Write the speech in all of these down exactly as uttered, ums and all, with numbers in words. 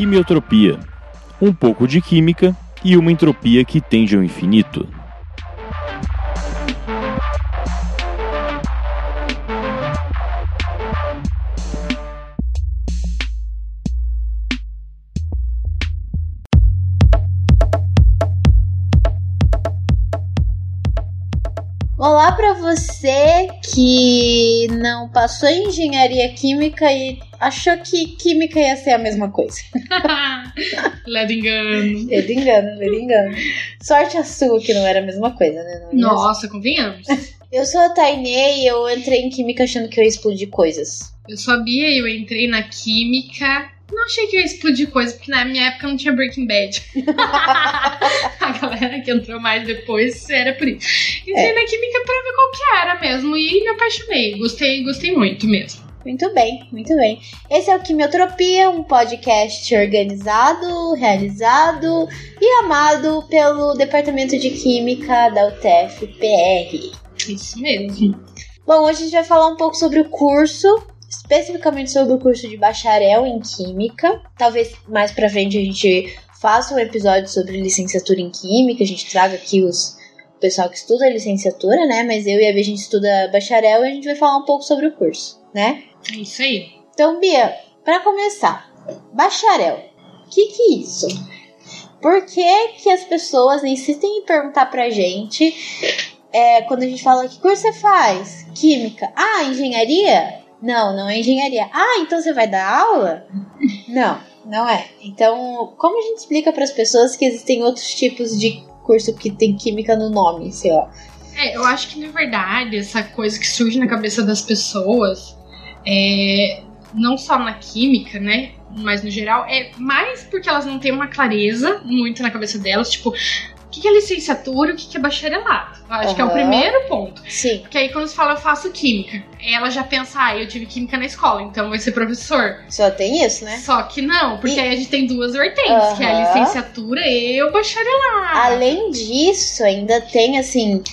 Quimiotropia, um pouco de química e uma entropia que tende ao infinito. Olá para você que não passou em engenharia química e achou que química ia ser a mesma coisa. Ledo engano. Ledo engano, ledo engano. Sorte a sua que não era a mesma coisa, né? Não Nossa, convenhamos. Eu sou a Tainê e eu entrei em química achando que eu ia explodir coisas. Eu sou a Bia e eu entrei na química... Não achei que ia explodir coisa, porque na minha época não tinha Breaking Bad. A galera que entrou mais depois era por isso. Entrei é. na química pra ver qual que era mesmo e me apaixonei. Gostei, gostei muito mesmo. Muito bem, muito bem. Esse é o Quimiotropia, um podcast organizado, realizado e amado pelo Departamento de Química da U T F P R. Isso mesmo. Bom, hoje a gente vai falar um pouco sobre o curso, especificamente sobre o curso de bacharel em Química. Talvez mais pra frente a gente faça um episódio sobre licenciatura em Química, a gente traga aqui os, o pessoal que estuda licenciatura, né? Mas eu e a Bia, a gente estuda bacharel e a gente vai falar um pouco sobre o curso, né? É isso aí. Então, Bia, pra começar, bacharel, o que que é isso? Por que que as pessoas insistem em perguntar pra gente, é, quando a gente fala, que curso você faz? Química. Ah, engenharia? Não, não é engenharia. Ah, então você vai dar aula? Não, não é. Então, como a gente explica para as pessoas que existem outros tipos de curso que tem química no nome, sei lá? É, eu acho que, na verdade, essa coisa que surge na cabeça das pessoas, é, não só na química, né, mas no geral, é mais porque elas não têm uma clareza muito na cabeça delas, tipo... O que é licenciatura e o que é bacharelado? Eu acho uhum. que é o primeiro ponto. Sim. Porque aí quando você fala, eu faço química, ela já pensa, ah, eu tive química na escola, então vai ser professor. Só tem isso, né? Só que não, porque e... aí a gente tem duas vertentes, uhum. que é a licenciatura e o bacharelado. Além disso, ainda tem, assim,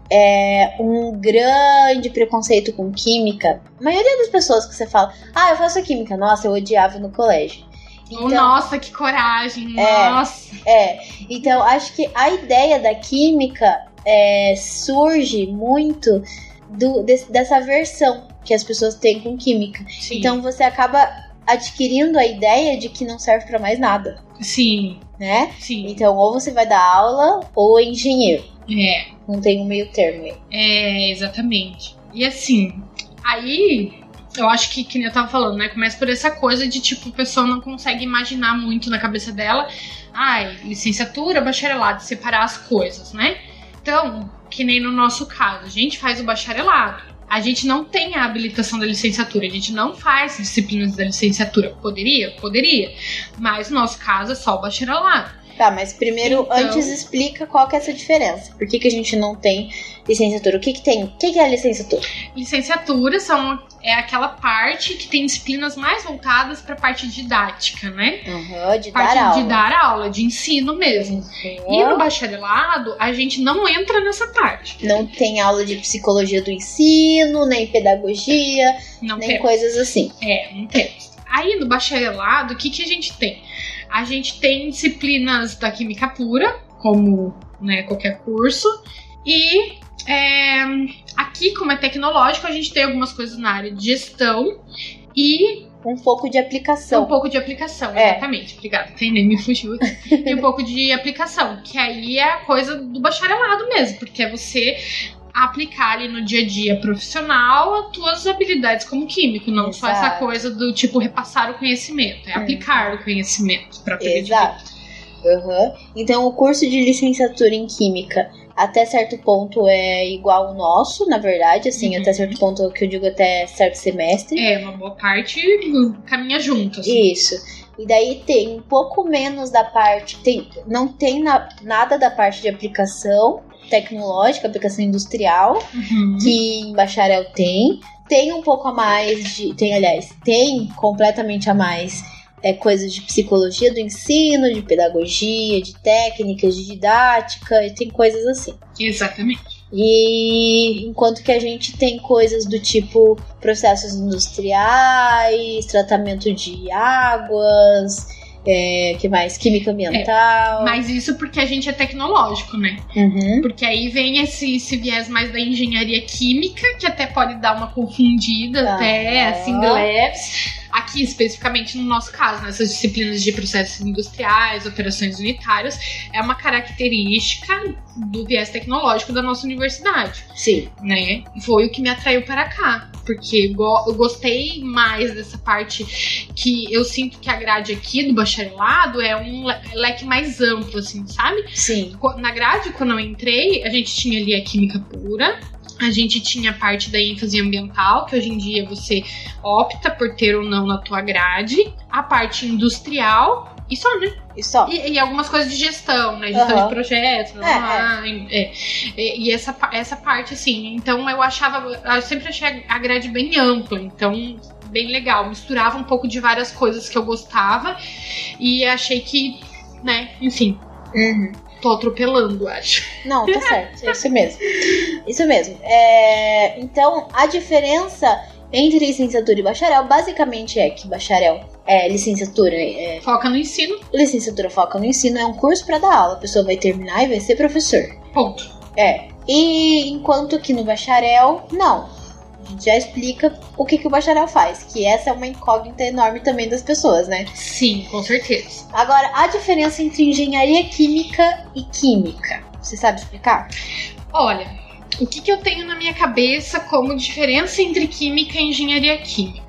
é, um grande preconceito com química. A maioria das pessoas que você fala, ah, eu faço química, nossa, eu odiava no colégio. Então, oh, nossa, que coragem, é, nossa. É, então acho que a ideia da química é, surge muito do, desse, dessa versão que as pessoas têm com química. Sim. Então você acaba adquirindo a ideia de que não serve pra mais nada. Sim. Né? Sim. Então ou você vai dar aula ou é engenheiro. É. Não tem um meio termo aí. É, exatamente. E assim, aí... Eu acho que, que nem eu tava falando, né? Começa por essa coisa de, tipo, a pessoa não consegue imaginar muito na cabeça dela. Ai, licenciatura, bacharelado, separar as coisas, né? Então, que nem no nosso caso, a gente faz o bacharelado. A gente não tem a habilitação da licenciatura, a gente não faz disciplinas da licenciatura. Poderia? Poderia. Mas no nosso caso é só o bacharelado. Tá, mas primeiro, então, antes explica qual que é essa diferença. Por que que a gente não tem licenciatura? O que que tem? O que que é a licenciatura? Licenciatura são, é aquela parte que tem disciplinas mais voltadas para a parte didática, né? Uhum, de parte dar aula. de dar aula, de ensino mesmo. Uhum. E no bacharelado, a gente não entra nessa parte. Não tem aula de psicologia do ensino, nem pedagogia, não nem temos. Coisas assim. É, não temos. Aí no bacharelado, o que que a gente tem? A gente tem disciplinas da química pura, como, né, qualquer curso. E é, aqui, como é tecnológico, a gente tem algumas coisas na área de gestão e... Um pouco de aplicação. Um pouco de aplicação, é. exatamente. Obrigada, nem me fugiu. E um pouco de aplicação, que aí é a coisa do bacharelado mesmo, porque é você... aplicar ali no dia a dia profissional as tuas habilidades como químico, não Exato. Só essa coisa do tipo repassar o conhecimento, é uhum. aplicar o conhecimento para Exato. Uhum. Então o curso de licenciatura em química até certo ponto é igual ao nosso, na verdade, assim, uhum. até certo ponto, que eu digo até certo semestre. É, uma boa parte caminha junto. Assim. Isso. E daí tem um pouco menos da parte, tem, não tem na, nada da parte de aplicação tecnológica, aplicação industrial, uhum. que em bacharel tem. Tem um pouco a mais de... Tem, aliás, tem completamente a mais é, coisas de psicologia do ensino, de pedagogia, de técnicas, de didática, e tem coisas assim. Exatamente. E enquanto que a gente tem coisas do tipo processos industriais, tratamento de águas, É, que mais? Química ambiental. É, mas isso porque a gente é tecnológico, né? Uhum. Porque aí vem esse, esse viés mais da engenharia química, que até pode dar uma confundida, Ah. até assim, de leves. Aqui, especificamente no nosso caso, nessas disciplinas de processos industriais, operações unitárias, é uma característica do viés tecnológico da nossa universidade. Sim. Né? Foi o que me atraiu para cá, porque eu gostei mais dessa parte que eu sinto que a grade aqui do bacharelado é um leque mais amplo, assim, sabe? Sim. Na grade, quando eu entrei, a gente tinha ali a química pura, a gente tinha a parte da ênfase ambiental, que hoje em dia você opta por ter ou não na tua grade, a parte industrial e só, né? E só. E, e algumas coisas de gestão, né? Gestão Uhum. de projetos, blá, É, blá, blá, é. E, e essa, essa parte, assim, então eu achava, eu sempre achei a grade bem ampla, então bem legal, misturava um pouco de várias coisas que eu gostava e achei que, né, enfim, Uhum. tô atropelando, acho. Não, tá certo, é isso mesmo. Isso mesmo. É, então, a diferença entre licenciatura e bacharel basicamente é que bacharel é licenciatura, é, Foca no ensino, licenciatura foca no ensino, é um curso pra dar aula, a pessoa vai terminar e vai ser professor. ponto. É. E enquanto que no bacharel, não. A gente já explica o que, que o bacharel faz, que essa é uma incógnita enorme também das pessoas, né? Sim, com certeza. Agora, a diferença entre engenharia química e química, você sabe explicar? Olha, o que, que eu tenho na minha cabeça como diferença entre química e engenharia química?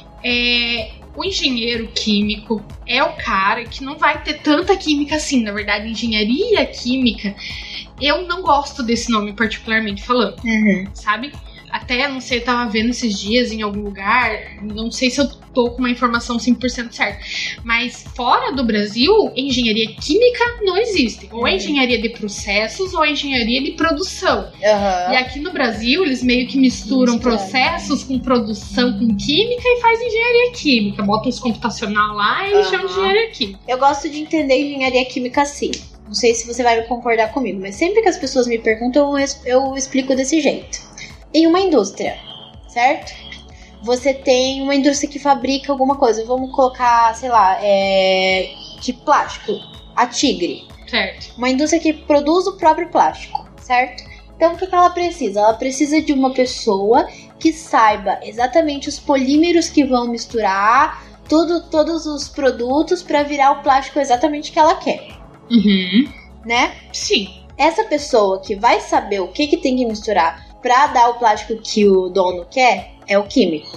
É, o engenheiro químico é o cara que não vai ter tanta química assim. Na verdade, engenharia química, eu não gosto desse nome particularmente falando, Uhum. sabe? Até, não sei, eu tava vendo esses dias em algum lugar, não sei se eu tô com uma informação cem por cento certa, mas fora do Brasil, engenharia química não existe. Ou é engenharia de processos ou é engenharia de produção. Uhum. E aqui no Brasil, eles meio que misturam Mistura. processos com produção com química e faz engenharia química. Botam os computacional lá e eles Aham. chamam de engenharia química. Eu gosto de entender engenharia química assim. Não sei se você vai concordar comigo, mas sempre que as pessoas me perguntam, eu, eu explico desse jeito. Em uma indústria, certo? Você tem uma indústria que fabrica alguma coisa. Vamos colocar, sei lá, é, de plástico. A Tigre. Certo. Uma indústria que produz o próprio plástico, certo? Então, o que que ela precisa? Ela precisa de uma pessoa que saiba exatamente os polímeros que vão misturar, tudo, todos os produtos para virar o plástico exatamente que ela quer, Uhum. né? Sim. Essa pessoa que vai saber o que, que tem que misturar para dar o plástico que o dono quer é o químico.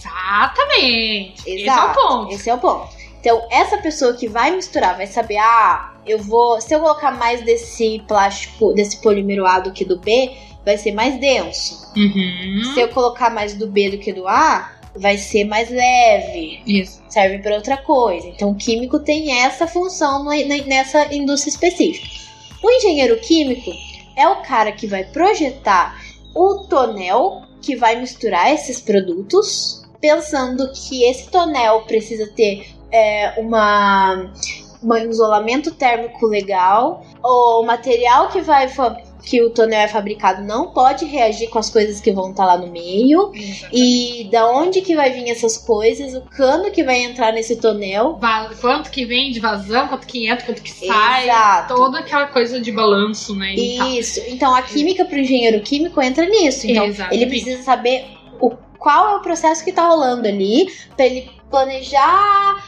Exatamente. Esse é o Exato, ponto. Esse é o ponto. Então, essa pessoa que vai misturar vai saber, ah, eu vou, se eu colocar mais desse plástico, desse polímero A do que do B, vai ser mais denso. Uhum. Se eu colocar mais do B do que do A, vai ser mais leve. Isso. Serve para outra coisa. Então, o químico tem essa função no- nessa indústria específica. O engenheiro químico é o cara que vai projetar o tonel que vai misturar esses produtos, pensando que esse tonel precisa ter é, uma, um isolamento térmico legal, o material que vai fa- que o tonel é fabricado não pode reagir com as coisas que vão estar lá no meio, e da onde que vai vir essas coisas, o cano que vai entrar nesse tonel. Va- Quanto que vem de vazão, quanto que entra, quanto que sai. Exato. Toda aquela coisa de balanço, né? E tal. Isso. Então a química para o engenheiro químico entra nisso. Então Exatamente. ele precisa saber o, qual é o processo que está rolando ali para ele planejar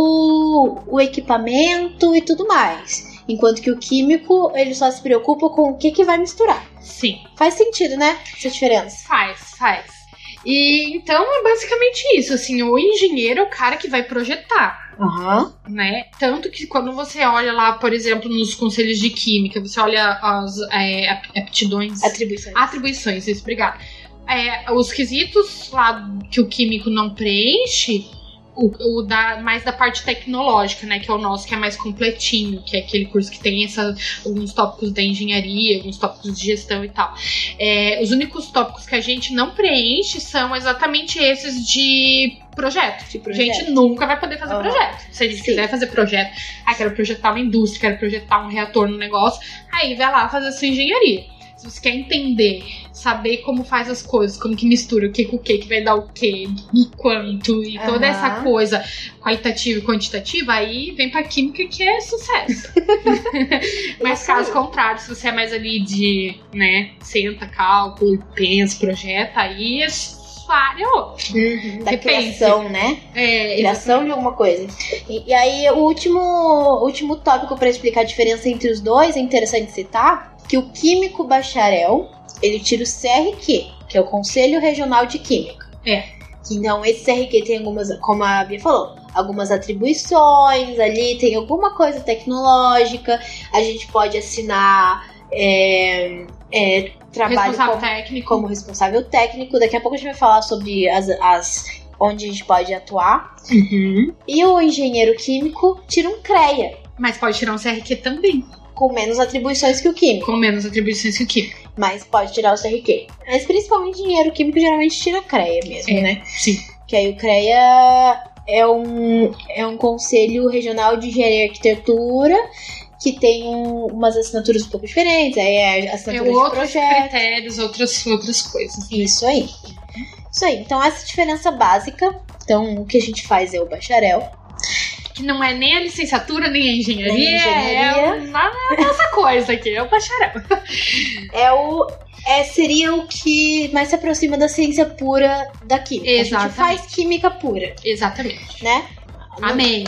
o, o equipamento e tudo mais. Enquanto que o químico, ele só se preocupa com o que, que vai misturar. Sim. Faz sentido, né? Essa diferença. Faz, faz. E então é basicamente isso, assim, o engenheiro é o cara que vai projetar, Aham. né? Tanto que quando você olha lá, por exemplo, nos conselhos de química, você olha as é, ap- aptidões, Atribuições. atribuições, isso, obrigada. É, os quesitos lá que o químico não preenche, o, o da, mais da parte tecnológica, né? Que é o nosso, que é mais completinho, que é aquele curso que tem essa, alguns tópicos da engenharia, alguns tópicos de gestão e tal. É, os únicos tópicos que a gente não preenche são exatamente esses de projeto. De A projeto. gente nunca vai poder fazer Uhum. projeto. Se a gente Sim. quiser fazer projeto, ah, quero projetar uma indústria, quero projetar um reator no negócio, aí vai lá fazer a sua engenharia. Se você quer entender, saber como faz as coisas, como que mistura o que com o que, que vai dar o que, e quanto, e toda Uhum. essa coisa qualitativa e quantitativa, aí vem pra química que é sucesso. Mas Isso caso aí. contrário, se você é mais ali de, né, senta, cálculo, pensa, projeta, aí é sua área outra. Uhum, da Repense. criação, né? É, Criação de alguma coisa. E, e aí, o último, último tópico para explicar a diferença entre os dois, é interessante citar que o químico bacharel, ele tira o C R Q, que é o Conselho Regional de Química. É. Então, esse C R Q tem algumas, como a Bia falou, algumas atribuições ali, tem alguma coisa tecnológica, a gente pode assinar é, é, trabalho responsável como, técnico. como responsável técnico. Daqui a pouco a gente vai falar sobre as, as onde a gente pode atuar. Uhum. E o engenheiro químico tira um CREA, Mas pode tirar um C R Q também, com menos atribuições que o químico, com menos atribuições que o químico. mas pode tirar o C R Q. Mas principalmente engenheiro químico geralmente tira CREA mesmo, É. né? Sim. Que aí o CREA é um, é um Conselho Regional de Engenharia e Arquitetura que tem um, umas assinaturas um pouco diferentes, aí é É assinatura de outros projeto. critérios, outras, outras coisas. Isso aí. Isso aí. Então, essa diferença básica. Então, o que a gente faz é o bacharel. Que não é nem a licenciatura, nem a engenharia. Nem a engenharia. É uma, essa coisa aqui, é o bacharel. É o... É, seria o que mais se aproxima da ciência pura da química. A gente Exatamente. faz química pura, Exatamente. né? Amém.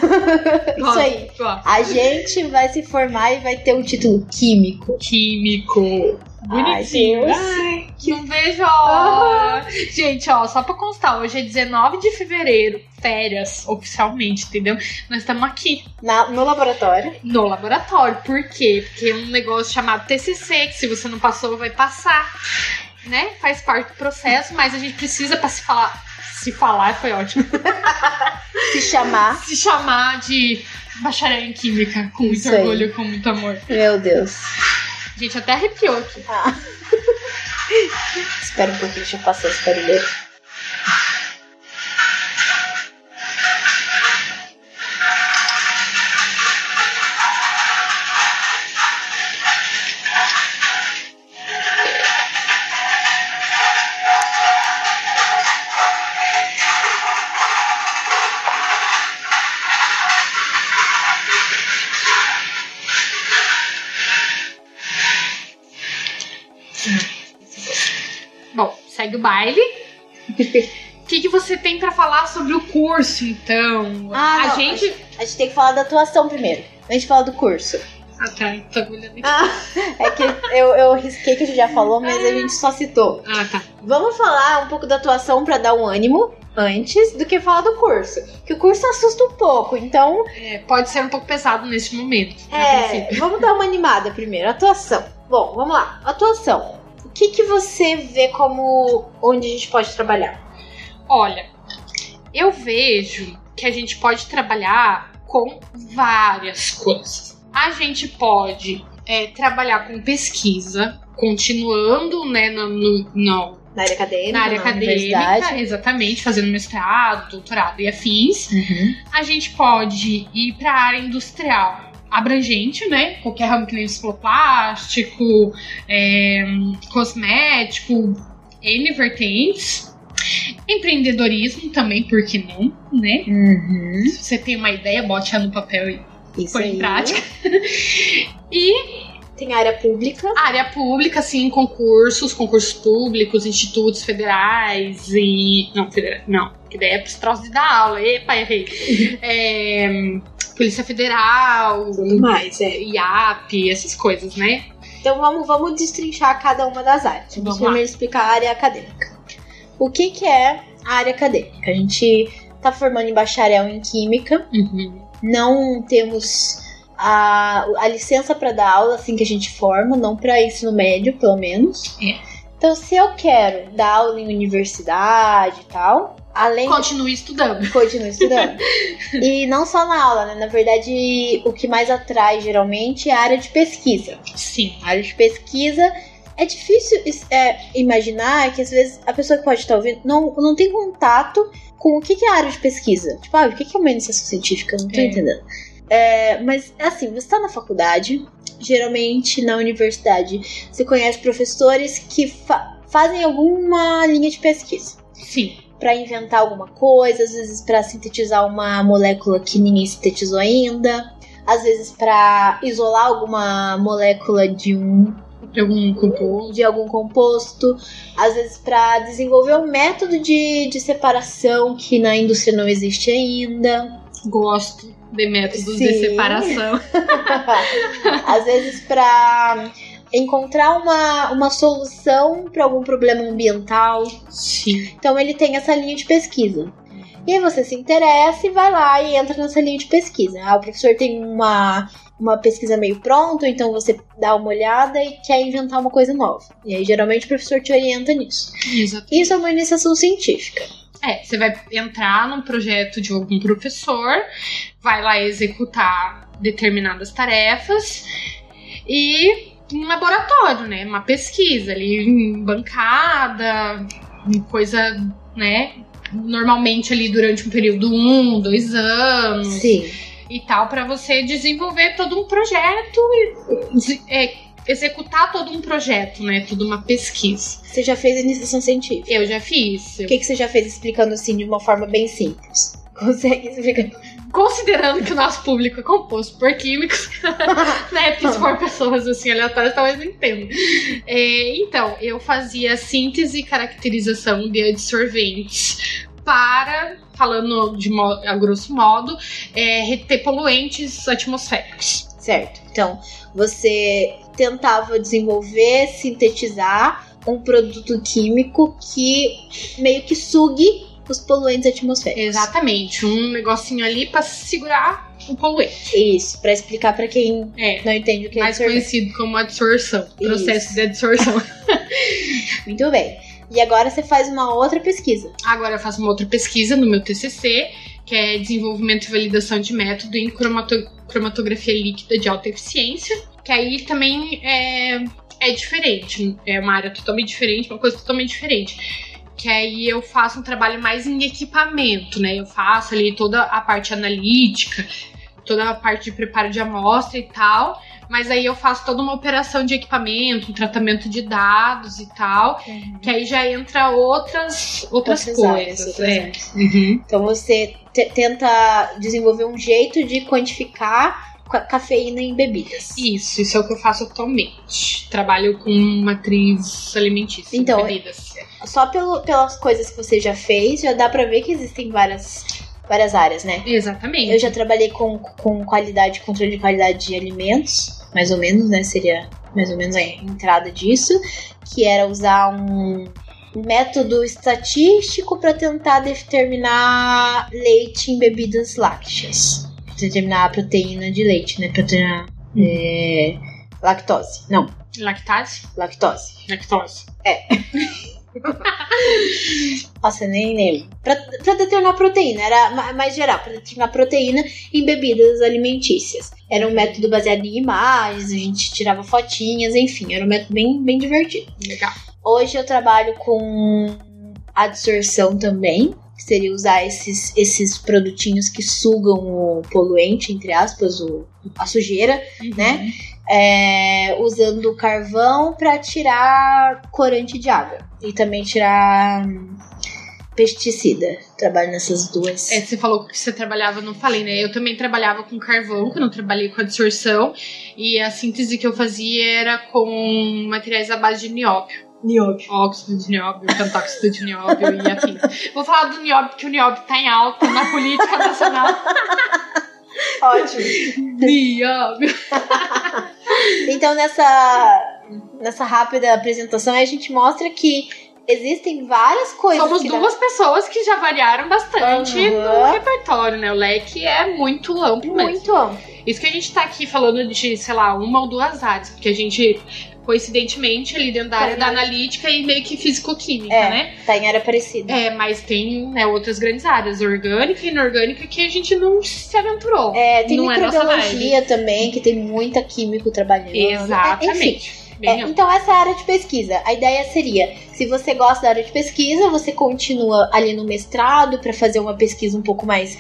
Isso aí. Ó, A gente vai se formar e vai ter o título químico. Químico. Bonitinho. Ai, Deus. Ai, não vejo a hora. Gente, ó, só pra constar, hoje é dezenove de fevereiro, férias, oficialmente, entendeu? Nós estamos aqui Na, no laboratório. no laboratório. Por quê? Porque é um negócio chamado T C C, que se você não passou, vai passar, né? Faz parte do processo, mas a gente precisa pra se falar. Se falar foi ótimo. Se chamar. Se chamar de bacharel em química, com muito Isso aí. orgulho, com muito amor. Meu Deus. Gente, até arrepiou aqui. Ah. Espera um pouquinho, deixa eu passar esse barulho. Bom, segue o baile. O que, que você tem pra falar sobre o curso, então? Ah, a não, gente. A gente tem que falar da atuação primeiro. A gente fala do curso. Ah, tá. Tô olhando aqui. Ah, é que eu, eu risquei que a gente já falou, mas a gente só citou. Ah, tá. Vamos falar um pouco da atuação pra dar um ânimo antes do que falar do curso. Que o curso assusta um pouco, então É, pode ser um pouco pesado nesse momento. a é, princípio. vamos dar uma animada primeiro. Atuação. Bom, vamos lá. Atuação. O que, que você vê como onde a gente pode trabalhar? Olha, eu vejo que a gente pode trabalhar com várias coisas. A gente pode é, trabalhar com pesquisa, continuando, né, no, no, no, Na área acadêmica, na área na acadêmica, universidade. exatamente, fazendo mestrado, doutorado e afins. Uhum. A gente pode ir para a área industrial abrangente, né? Qualquer ramo que nem plástico, é, cosmético, N vertentes. Empreendedorismo também, por que não, né? Uhum. Se você tem uma ideia, bote ela no papel e Isso põe aí. em prática. E Tem a área pública. área pública, assim, concursos, concursos públicos, institutos federais e... Não, federal, não, que daí é pros troços de dar aula. Epa, errei. É, Polícia Federal, Tudo mais, é. I A P, essas coisas, né? Então vamos, vamos destrinchar cada uma das áreas. Vamos Vamos primeiro explicar a área acadêmica. O que, que é a área acadêmica? A gente tá formando em bacharel em química, Uhum. não temos a, a licença para dar aula assim que a gente forma, não para ensino médio, pelo menos. É. Então, se eu quero dar aula em universidade e tal, além Continue estudando. Continuo estudando. E não só na aula, né? Na verdade, o que mais atrai geralmente é a área de pesquisa. Sim. A área de pesquisa é difícil é, imaginar que às vezes a pessoa que pode estar ouvindo não, não tem contato com o que é a área de pesquisa. Tipo, ah, o que é uma iniciação científica? Eu não tô É. entendendo. É, mas, assim, você tá na faculdade, geralmente na universidade, você conhece professores que fa- fazem alguma linha de pesquisa. Sim. Para inventar alguma coisa, às vezes para sintetizar uma molécula que ninguém sintetizou ainda, às vezes para isolar alguma molécula de um De algum composto. de algum composto, às vezes para desenvolver um método de, de separação que na indústria não existe ainda. Gosto de métodos Sim. de separação. Às vezes para encontrar uma, uma solução para algum problema ambiental. Sim. Então ele tem essa linha de pesquisa. E aí você se interessa e vai lá e entra nessa linha de pesquisa. Ah, o professor tem uma, uma pesquisa meio pronta, então você dá uma olhada e quer inventar uma coisa nova. E aí geralmente o professor te orienta nisso. Exato. Isso é uma iniciação científica. É, você vai entrar num projeto de algum professor, vai lá executar determinadas tarefas e um laboratório, né? Uma pesquisa ali em bancada, coisa, né? Normalmente ali durante um período um, dois anos. Sim. E tal, para você desenvolver todo um projeto e é, executar todo um projeto, né? Toda uma pesquisa. Você já fez iniciação científica? Eu já fiz. O que, que você já fez explicando assim de uma forma bem simples? Consegue explicar? Considerando que o nosso público é composto por químicos, né? Se for pessoas assim aleatórias, talvez não entendam. É, então, eu fazia síntese e caracterização de adsorventes para, falando de modo, a grosso modo, é, reter poluentes atmosféricos. Certo. Então, você tentava desenvolver, sintetizar um produto químico que meio que sugue os poluentes atmosféricos. Exatamente, um negocinho ali para segurar o poluente. Isso, para explicar para quem É, não entende o que é mais absorvente. conhecido como adsorção, processo Isso. de adsorção. Muito bem. E agora você faz uma outra pesquisa. Agora eu faço uma outra pesquisa no meu T C C, que é desenvolvimento e validação de método em cromato- cromatografia líquida de alta eficiência, que aí também é, é diferente, é uma área totalmente diferente, uma coisa totalmente diferente. Que aí eu faço um trabalho mais em equipamento, né? Eu faço ali toda a parte analítica, toda a parte de preparo de amostra e tal, mas aí eu faço toda uma operação de equipamento, um tratamento de dados e tal, Uhum. que aí já entra outras, outras, Outras coisas. áreas, outras é. áreas. Uhum. Então você te- tenta desenvolver um jeito de quantificar ca- cafeína em bebidas. Isso, isso é o que eu faço atualmente. Trabalho com matriz alimentícia, Então, bebidas. Só pelo, pelas coisas que você já fez, já dá pra ver que existem várias, várias áreas, né? Exatamente. Eu já trabalhei com, com qualidade, controle de qualidade de alimentos, mais ou menos, né? Seria mais ou menos a entrada disso, que era usar um método estatístico para tentar determinar leite em bebidas lácteas. Determinar a proteína de leite, né? Proteína. Hum. É, lactose. Não, Lactase? lactose. Lactose. Nossa, nem lembro. Pra, pra determinar proteína, era ma- mais geral, pra determinar proteína em bebidas alimentícias. Era um método baseado em imagens, a gente tirava fotinhas, enfim, era um método bem, bem divertido. Legal. Hoje eu trabalho com adsorção também, que seria usar esses, esses produtinhos que sugam o poluente, entre aspas, o, a sujeira, né? É, usando carvão para tirar corante de água e também tirar hum, pesticida. Trabalho nessas duas. É, você falou que você trabalhava, não falei, né? Eu também trabalhava com carvão, quando eu trabalhei com adsorção. E a síntese que eu fazia era com materiais à base de nióbio. Nióbio. Óxido de nióbio, pentóxido de nióbio e afins. Vou falar do nióbio, porque o nióbio tá em alta na política nacional. Ótimo. Nióbio. Então nessa, nessa rápida apresentação a gente mostra que existem várias coisas. Somos que duas dá... pessoas que já variaram bastante Uhum. no repertório, né? O leque é muito amplo mesmo. Muito amplo. Isso que a gente tá aqui falando de, sei lá, uma ou duas áreas, porque a gente, coincidentemente, ali dentro da área da analítica e meio que físico-química, É, né? tá em área parecida. É, mas tem, né, outras grandes áreas, orgânica e inorgânica, que a gente não se aventurou. É, tem Não é nossa microbiologia também, que tem muita químico trabalhando. É, enfim. Exatamente. É, Bem amplo. então essa é a área de pesquisa. A ideia seria, se você gosta da área de pesquisa, você continua ali no mestrado para fazer uma pesquisa um pouco mais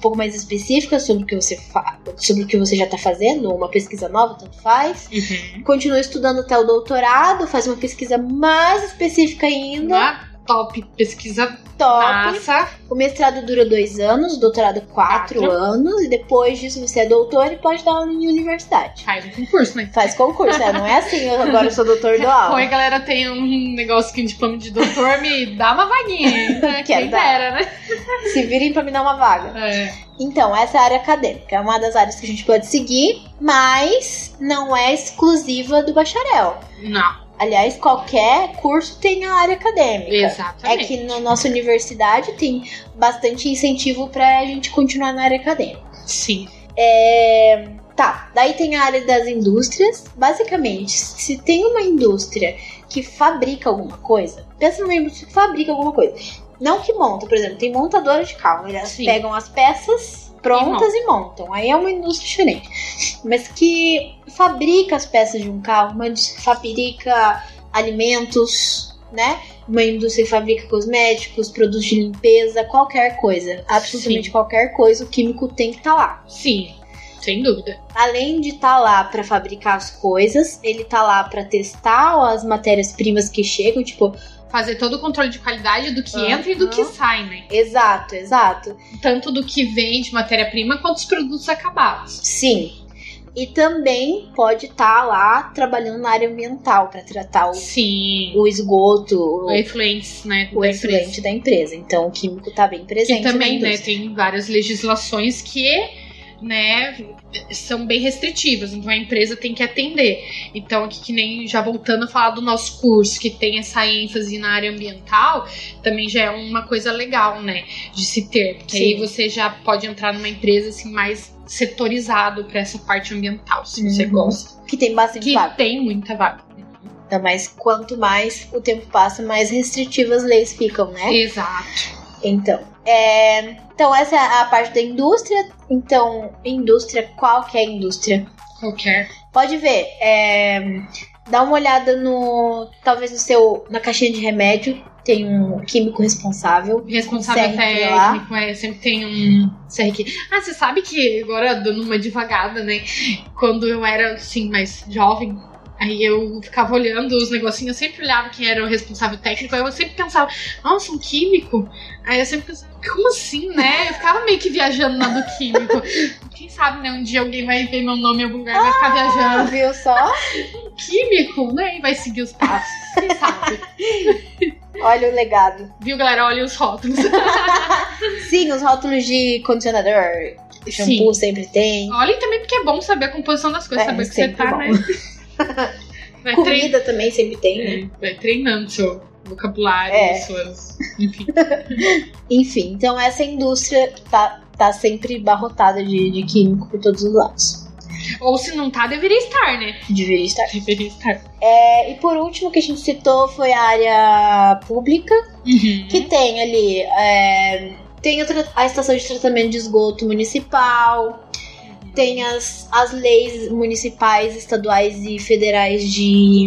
pouco mais específica sobre o que você, fa- sobre o que você já está fazendo, ou uma pesquisa nova, tanto faz. Uhum. Continua estudando até o doutorado, faz uma pesquisa mais específica ainda. Uma top pesquisa Top. massa. O mestrado dura dois anos, o doutorado quatro, Quatro. anos, e depois disso você é doutor e pode dar aula em universidade. Faz um concurso, né? Faz concurso, né? Não é assim, eu agora sou doutor do aula. Oi, galera, tem um negócio aqui de diploma de doutor, me dá uma vaguinha. Né? Quero Quem dar. dera, né? Se virem pra me dar uma vaga. É. Então, essa é a área acadêmica, é uma das áreas que a gente pode seguir, mas não é exclusiva do bacharel. Não, Aliás, qualquer curso tem a área acadêmica. É exatamente. que na nossa universidade tem bastante incentivo pra gente continuar na área acadêmica. Sim. É... Tá, daí tem a área das indústrias. Basicamente, se tem uma indústria que fabrica alguma coisa, pensa numa indústria que fabrica alguma coisa. Não que monta, por exemplo, tem montadora de carro. Elas Sim. pegam as peças prontas e montam. Aí é uma indústria diferente. Mas que fabrica as peças de um carro, uma indústria que fabrica alimentos, né? Uma indústria que fabrica cosméticos, produtos de limpeza, qualquer coisa. Absolutamente Sim. qualquer coisa, o químico tem que estar lá. Sim, sem dúvida. Além de estar lá para fabricar as coisas, ele tá lá para testar as matérias-primas que chegam, tipo, Fazer todo o controle de qualidade do que Uhum. entra e do que sai, né? exato, exato. Tanto do que vem de matéria-prima quanto dos produtos acabados. Sim. E também pode estar lá trabalhando na área ambiental para tratar o, Sim. o esgoto, O o, efluentes, né? o da efluente empresa. da empresa. Então o químico tá bem presente. Que também, na né, indústria. tem várias legislações que, né, são bem restritivas, então a empresa tem que atender. Então, aqui que nem já voltando a falar do nosso curso, que tem essa ênfase na área ambiental, também já é uma coisa legal, né, de se ter, porque Sim. aí você já pode entrar numa empresa assim mais setorizado para essa parte ambiental, se você Uhum. gosta. Que tem bastante Que vaga. tem muita vaga. Então, mas quanto mais o tempo passa, mais restritivas as leis ficam, né? Exato. Então, é, então essa é a parte da indústria. Então, indústria, qual que é a indústria? Qualquer. Pode ver, é, dá uma olhada no, talvez no seu, na caixinha de remédio, tem um químico responsável. Responsável C R Q lá. técnico, é, sempre tem um C R Q. Ah, você sabe que agora, dando uma devagada, né? Quando eu era, assim, mais jovem, aí eu ficava olhando os negocinhos, eu sempre olhava quem era o responsável técnico, aí eu sempre pensava, nossa, um químico? Aí eu sempre pensava, como assim, né? Eu ficava meio que viajando na do químico. Quem sabe, né? Um dia alguém vai ver meu nome em algum lugar e vai ficar Ah, viajando. viu só? Químico, né? E vai seguir os passos. Quem sabe? Olha o legado. Viu, galera? Olha os rótulos. Sim, os rótulos de condicionador, shampoo Sim. sempre tem. Olha, e também porque é bom saber a composição das coisas, É, saber que você sempre tá, bom. né? Vai, trein... Comida também sempre tem, né? vai treinando seu vocabulário, É. suas. Enfim. Enfim, então essa indústria tá, tá sempre barrotada de, de químico por todos os lados. Ou se não tá, deveria estar, né? Deveria estar. Deveria estar. É, e por último, o que a gente citou foi a área pública, Uhum. que tem ali é, tem a, tra- a estação de tratamento de esgoto municipal, tem as, as leis municipais, estaduais e federais de,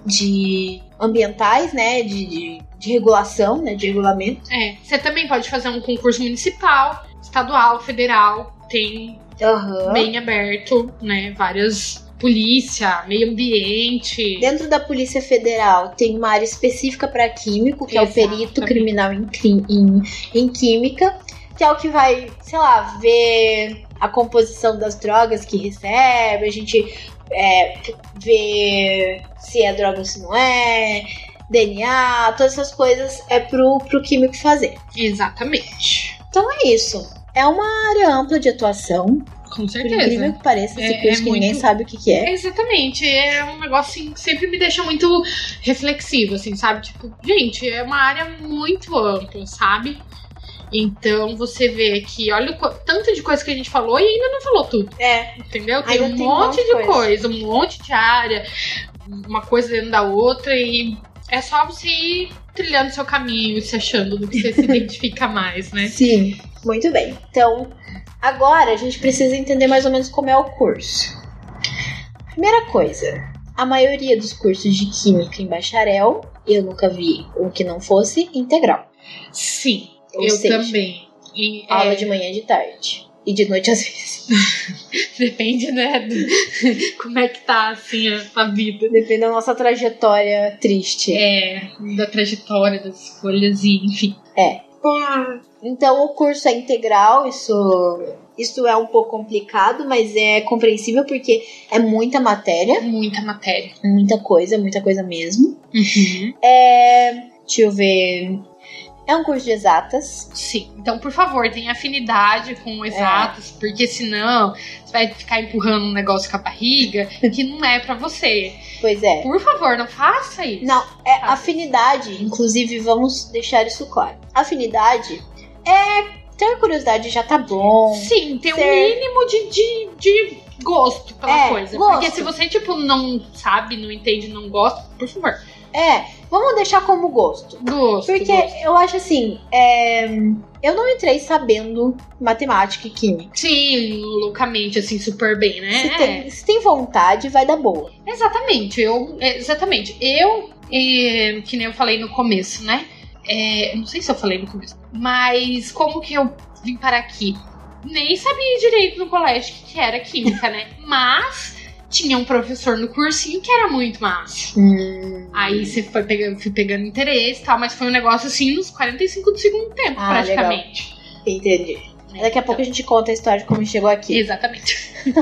de ambientais, né? De, de, de regulação, né? De regulamento. É, você também pode fazer um concurso municipal, estadual, federal, tem Aham. bem aberto, né? Várias polícia, meio ambiente. Dentro da Polícia Federal tem uma área específica para químico, que é o perito Exatamente. criminal em, cri- em, em química, que é o que vai, sei lá, ver a composição das drogas que recebe, a gente é, ver se é droga ou se não é, D N A, todas essas coisas é pro, pro químico fazer. Exatamente. Então é isso. É uma área ampla de atuação, Com por certeza. incrível que pareça, esse É- curso é que ninguém muito- sabe o que, que é. Exatamente, é um negócio assim, que sempre me deixa muito reflexivo, assim, sabe? Tipo, gente, é uma área muito ampla, sabe? Então você vê que olha o co- tanto de coisa que a gente falou e ainda não falou tudo, É, entendeu? Tem Ainda um tem monte um monte de de coisa, um monte de área, uma coisa dentro da outra e é só você ir trilhando seu caminho e se achando do que você se identifica mais, né? sim, muito bem. Então, agora a gente precisa entender mais ou menos como é o curso. Primeira coisa, a maioria dos cursos de química em bacharel, eu nunca vi um que não fosse integral. Sim, Ou eu seja, também. E, Aula é, de manhã e de tarde. E de noite às vezes. Depende, né? Do, como é que tá, assim, a, a vida. Depende da nossa trajetória triste. É, da trajetória, das escolhas e, enfim. É. Então o curso é integral, isso, isso é um pouco complicado, mas é compreensível porque é muita matéria. Muita matéria. Muita coisa, muita coisa mesmo. Uhum. É, deixa eu ver... É um curso de exatas. Sim, então por favor, tenha afinidade com exatas, é. porque senão você vai ficar empurrando um negócio com a barriga que não é pra você. Pois é. Por favor, não faça isso. Não, é faça afinidade, isso. Inclusive vamos deixar isso claro. Afinidade é ter curiosidade já tá bom. Sim, ter ser... um mínimo de, de, de gosto pela é, coisa. Gosto. Porque se você, tipo, não sabe, não entende, não gosta, por favor. É, vamos deixar como gosto. Gosto. Porque gosto. eu acho assim, é, eu não entrei sabendo matemática e química. Sim, loucamente, assim, super bem, né? Se tem, se tem vontade, vai dar boa. Exatamente, eu, exatamente. Eu, é, que nem eu falei no começo, né? É, não sei se eu falei no começo, mas como que eu vim parar aqui? Nem sabia direito no colégio que era química, né? Mas... tinha um professor no cursinho que era muito massa. Hum. Aí você foi pegando, fui pegando interesse e tal, mas foi um negócio assim nos quarenta e cinco do segundo tempo, ah, praticamente. Legal. Entendi. É, Daqui a pouco a gente conta a história de como a gente chegou aqui. Exatamente.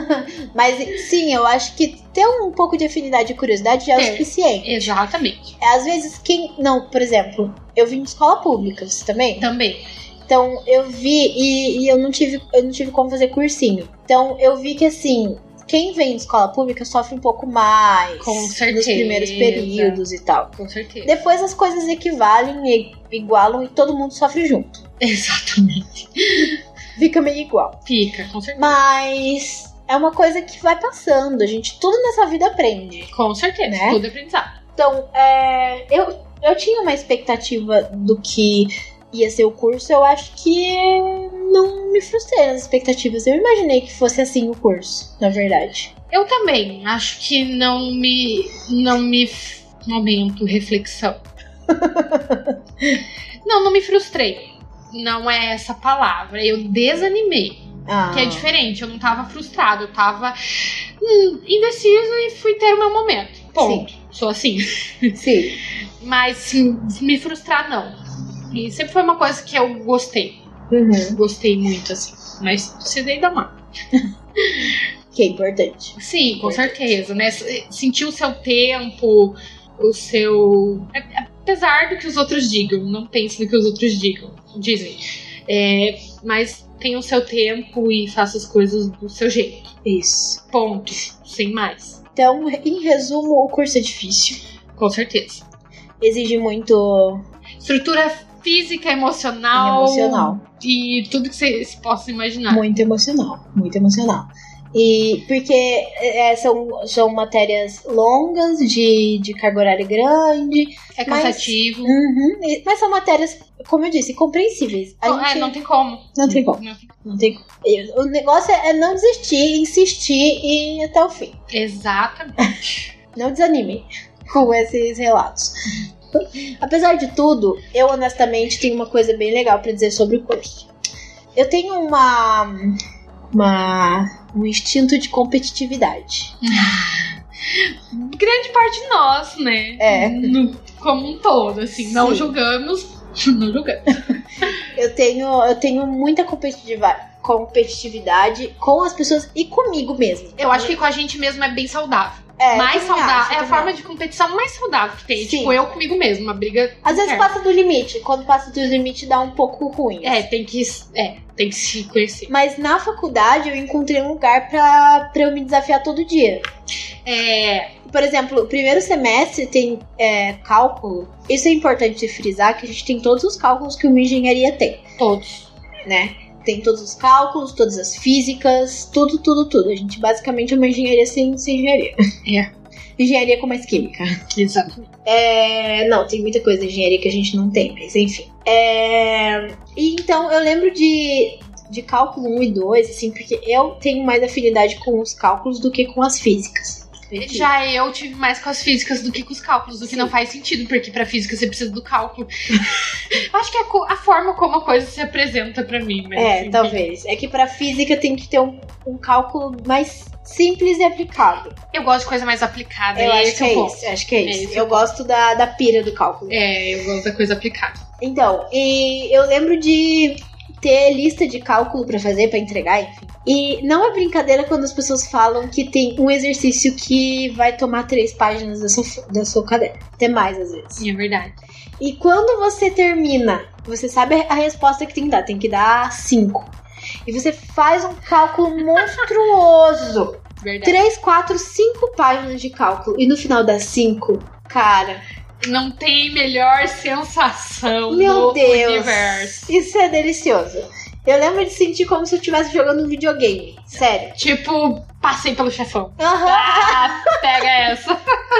Mas sim, eu acho que ter um pouco de afinidade e curiosidade já é, é o suficiente. Exatamente. É, às vezes, quem. Não, por exemplo, eu vim de escola pública, você também? Também. Então eu vi e, e eu não tive, eu não tive como fazer cursinho. Então eu vi que assim. Quem vem de escola pública sofre um pouco mais. Com certeza. Nos primeiros períodos e tal. Com certeza. Depois as coisas equivalem, igualam e todo mundo sofre junto. Exatamente. Fica meio igual. Fica, com certeza. Mas é uma coisa que vai passando. A gente, tudo nessa vida aprende. Com certeza, né? Tudo é aprendizado. Então, é, eu, eu tinha uma expectativa do que ia ser o curso. Eu acho que não me frustrei nas expectativas. Eu imaginei que fosse assim o curso, na verdade. Eu também. Acho que não me... Não me... Momento, reflexão. Não, não me frustrei. Não é essa palavra. Eu desanimei. Ah. Que é diferente. Eu não tava frustrada. Eu tava hum, indeciso e fui ter o meu momento. Ponto. Sim. Sou assim. Sim. Mas me frustrar, não. E sempre foi uma coisa que eu gostei. Uhum. Gostei muito, assim. Mas precisei dar uma. Que é importante. Sim, com importante. certeza, né? Sentir o seu tempo, o seu... Apesar do que os outros digam, não pense no que os outros digam, dizem. É, mas tenha o seu tempo e faça as coisas do seu jeito. Isso. Ponto. Sem mais. Então, em resumo, o curso é difícil. Com certeza. Exige muito... Estrutura física, emocional. Emocional. E tudo que você possa imaginar. Muito emocional. Muito emocional. E porque é, são, são matérias longas, de, de carga horária grande. É cansativo. Mas, uhum, mas são matérias, como eu disse, compreensíveis. A não, gente, é, não tem como. Não tem como. Não. Não tem como. O negócio é não desistir, insistir e ir até o fim. Exatamente. Não desanimem com esses relatos. Apesar de tudo, eu honestamente tenho uma coisa bem legal pra dizer sobre o curso. Eu tenho uma, uma um instinto de competitividade. Grande parte de nós, né? É. No, como um todo, assim. Sim. Não julgamos. Não julgamos. Eu tenho, eu tenho muita competitividade, competitividade com as pessoas e comigo mesmo. Eu acho que com a gente mesmo é bem saudável. É, mais saudável. acho, é a forma de competição mais saudável que tem. Sim. Tipo, eu comigo mesmo, uma briga. Às vezes interna. passa do limite. Quando passa do limite dá um pouco ruim. É, tem que, é, tem que se conhecer. Mas na faculdade eu encontrei um lugar pra, pra eu me desafiar todo dia. É. Por exemplo, o primeiro semestre tem é, cálculo. Isso é importante frisar, que a gente tem todos os cálculos que uma engenharia tem. Todos. Né? Tem todos os cálculos, todas as físicas, tudo, tudo, tudo. A gente basicamente é uma engenharia sem, sem engenharia. É. Engenharia com mais química. Exatamente. É, não, tem muita coisa de engenharia que a gente não tem, mas enfim. É, e então eu lembro de, de cálculo um e dois, assim, porque eu tenho mais afinidade com os cálculos do que com as físicas. Entendi. Já eu tive mais com as físicas do que com os cálculos, o que Sim. não faz sentido, porque pra física você precisa do cálculo. Acho que é a, a forma como a coisa se apresenta pra mim. Mas, é, enfim. talvez. É que pra física tem que ter um, um cálculo mais simples e aplicado. Eu gosto de coisa mais aplicada. Eu é acho que é isso. Acho que é isso. Eu gosto da, da pira do cálculo. É, eu gosto da coisa aplicada. Então, e eu lembro de ter lista de cálculo pra fazer, pra entregar, enfim. E não é brincadeira quando as pessoas falam que tem um exercício que vai tomar três páginas da sua, da sua caderno. Até mais, às vezes. É verdade. E quando você termina, você sabe a resposta que tem que dar. Tem que dar cinco. E você faz um cálculo monstruoso. Verdade. Três, quatro, cinco páginas de cálculo. E no final das cinco, cara... Não tem melhor sensação Meu no Deus, universo. Isso é delicioso. Eu lembro de sentir como se eu estivesse jogando um videogame. Sério. Tipo, passei pelo chefão. Uhum. Ah, pega essa.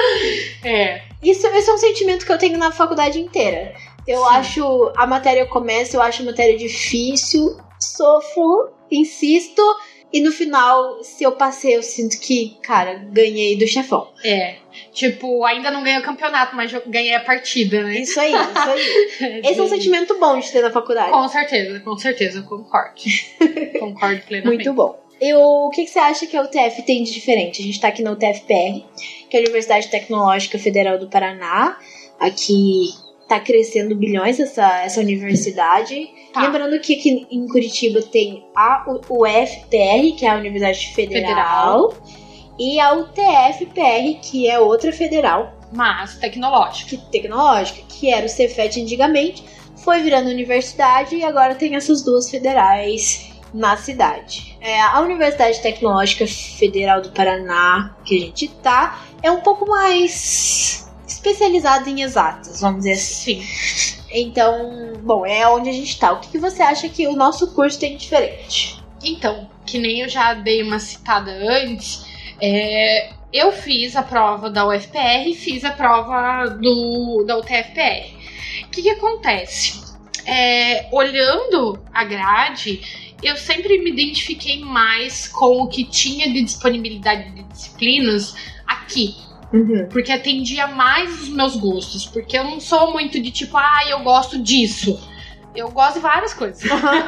É. Isso, esse é um sentimento que eu tenho na faculdade inteira. Eu Sim. acho a matéria começa, eu acho a matéria difícil, sofro, insisto, e no final, se eu passei, eu sinto que, cara, ganhei do chefão. É. Tipo, ainda não ganhei o campeonato, mas eu ganhei a partida, né? Isso aí, isso aí. Esse é um sentimento bom de ter na faculdade. Com certeza, com certeza, concordo. Concordo plenamente. Muito bom. E o que, que você acha que a U T F tem de diferente? A gente tá aqui na U T F P R, que é a Universidade Tecnológica Federal do Paraná. Aqui tá crescendo bilhões essa, essa universidade. Tá. Lembrando que aqui em Curitiba tem a U F P R, que é a Universidade Federal, Federal. E a U T F P R, que é outra federal. Mas tecnológica. Que, tecnológica, que era o Cefet antigamente, foi virando universidade e agora tem essas duas federais na cidade. É, a Universidade Tecnológica Federal do Paraná, que a gente tá, é um pouco mais especializada em exatas, vamos dizer assim. Sim. Então, bom, é onde a gente tá. O que, que você acha que o nosso curso tem de diferente? Então, que nem eu já dei uma citada antes, é, eu fiz a prova da U F P R e fiz a prova do, da U T F P R. O que, que acontece? É, olhando a grade, eu sempre me identifiquei mais com o que tinha de disponibilidade de disciplinas aqui. Uhum. Porque atendia mais os meus gostos. Porque eu não sou muito de tipo, ah, eu gosto disso. Eu gosto de várias coisas.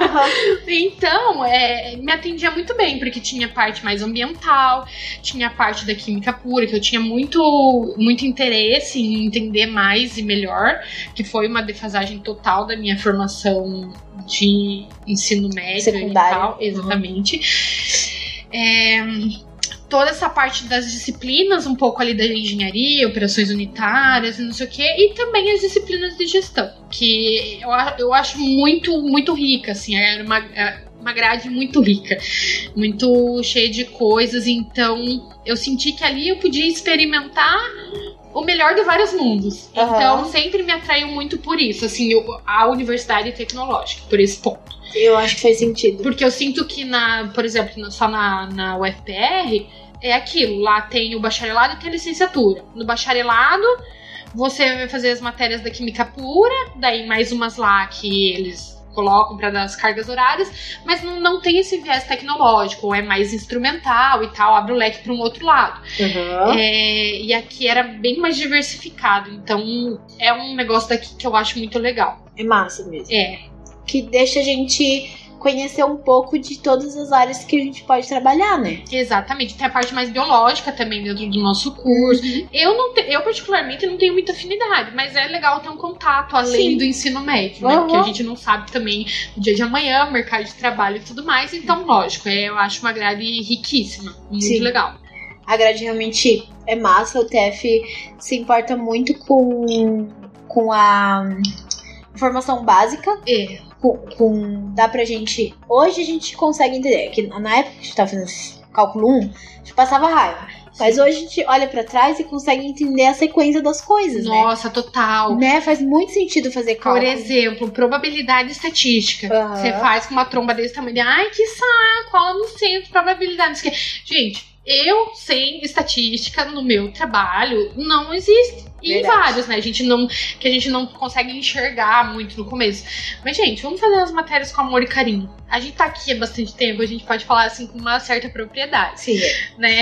Então, é, me atendia muito bem, porque tinha parte mais ambiental, tinha a parte da química pura, que eu tinha muito, muito interesse em entender mais e melhor, que foi uma defasagem total da minha formação de ensino médio secundário. E tal. Exatamente. Uhum. É... Toda essa parte das disciplinas, um pouco ali da engenharia, operações unitárias e não sei o quê, e também as disciplinas de gestão, que eu, eu acho muito, muito rica, assim, é uma, é uma grade muito rica, muito cheia de coisas, então eu senti que ali eu podia experimentar o melhor de vários mundos. Uhum. Então sempre me atraiu muito por isso, assim, eu, a universidade tecnológica, por esse ponto. Eu acho que faz sentido. Porque eu sinto que, na, por exemplo, só na, na U F P R, é aquilo. Lá tem o bacharelado e tem a licenciatura. No bacharelado, você vai fazer as matérias da química pura, daí mais umas lá que eles colocam para dar as cargas horárias, mas não, não tem esse viés tecnológico, é mais instrumental e tal, abre o leque para um outro lado. Uhum. É, e aqui era bem mais diversificado, então é um negócio daqui que eu acho muito legal. É massa mesmo. É. Que deixa a gente conhecer um pouco de todas as áreas que a gente pode trabalhar, né? Exatamente. Tem a parte mais biológica também dentro do nosso curso. Uhum. Eu, não te, eu, particularmente, não tenho muita afinidade, mas é legal ter um contato além Sim. do ensino médio, né? Uhum. Porque a gente não sabe também o dia de amanhã, o mercado de trabalho e tudo mais. Então, lógico, é, eu acho uma grade riquíssima. Muito Sim. legal. A grade realmente é massa. O T F se importa muito com, com a formação básica. É. Com, com, dá pra gente... Hoje a gente consegue entender que na época que a gente tava fazendo cálculo um, a gente passava raiva. Mas hoje a gente olha pra trás e consegue entender a sequência das coisas, Nossa, né? total. Né? Faz muito sentido fazer cálculo. Por exemplo, probabilidade estatística. Uhum. Você faz com uma tromba desse tamanho. Ai, que saco, cola no centro, probabilidade. Gente, eu sem estatística no meu trabalho não existe. E Verdade. vários, né? A gente não, que a gente não consegue enxergar muito no começo. Mas, gente, vamos fazer as matérias com amor e carinho. A gente tá aqui há bastante tempo, a gente pode falar assim com uma certa propriedade. Sim. Né? Sim.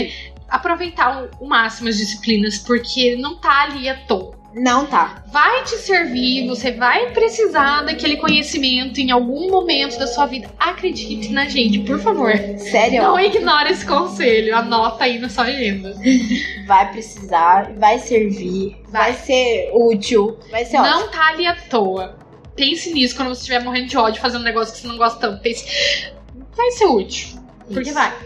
aproveitar o, o máximo as disciplinas, porque não tá ali à toa. Não tá. Vai te servir, você vai precisar daquele conhecimento em algum momento da sua vida. Acredite na gente, por favor. Sério? Não ignore esse conselho, anota aí na sua agenda. Vai precisar, vai servir, vai, vai ser útil, vai ser ótimo. Não tá ali à toa. Pense nisso quando você estiver morrendo de ódio, fazendo um negócio que você não gosta tanto. Pense, vai ser útil. Porque Isso. vai.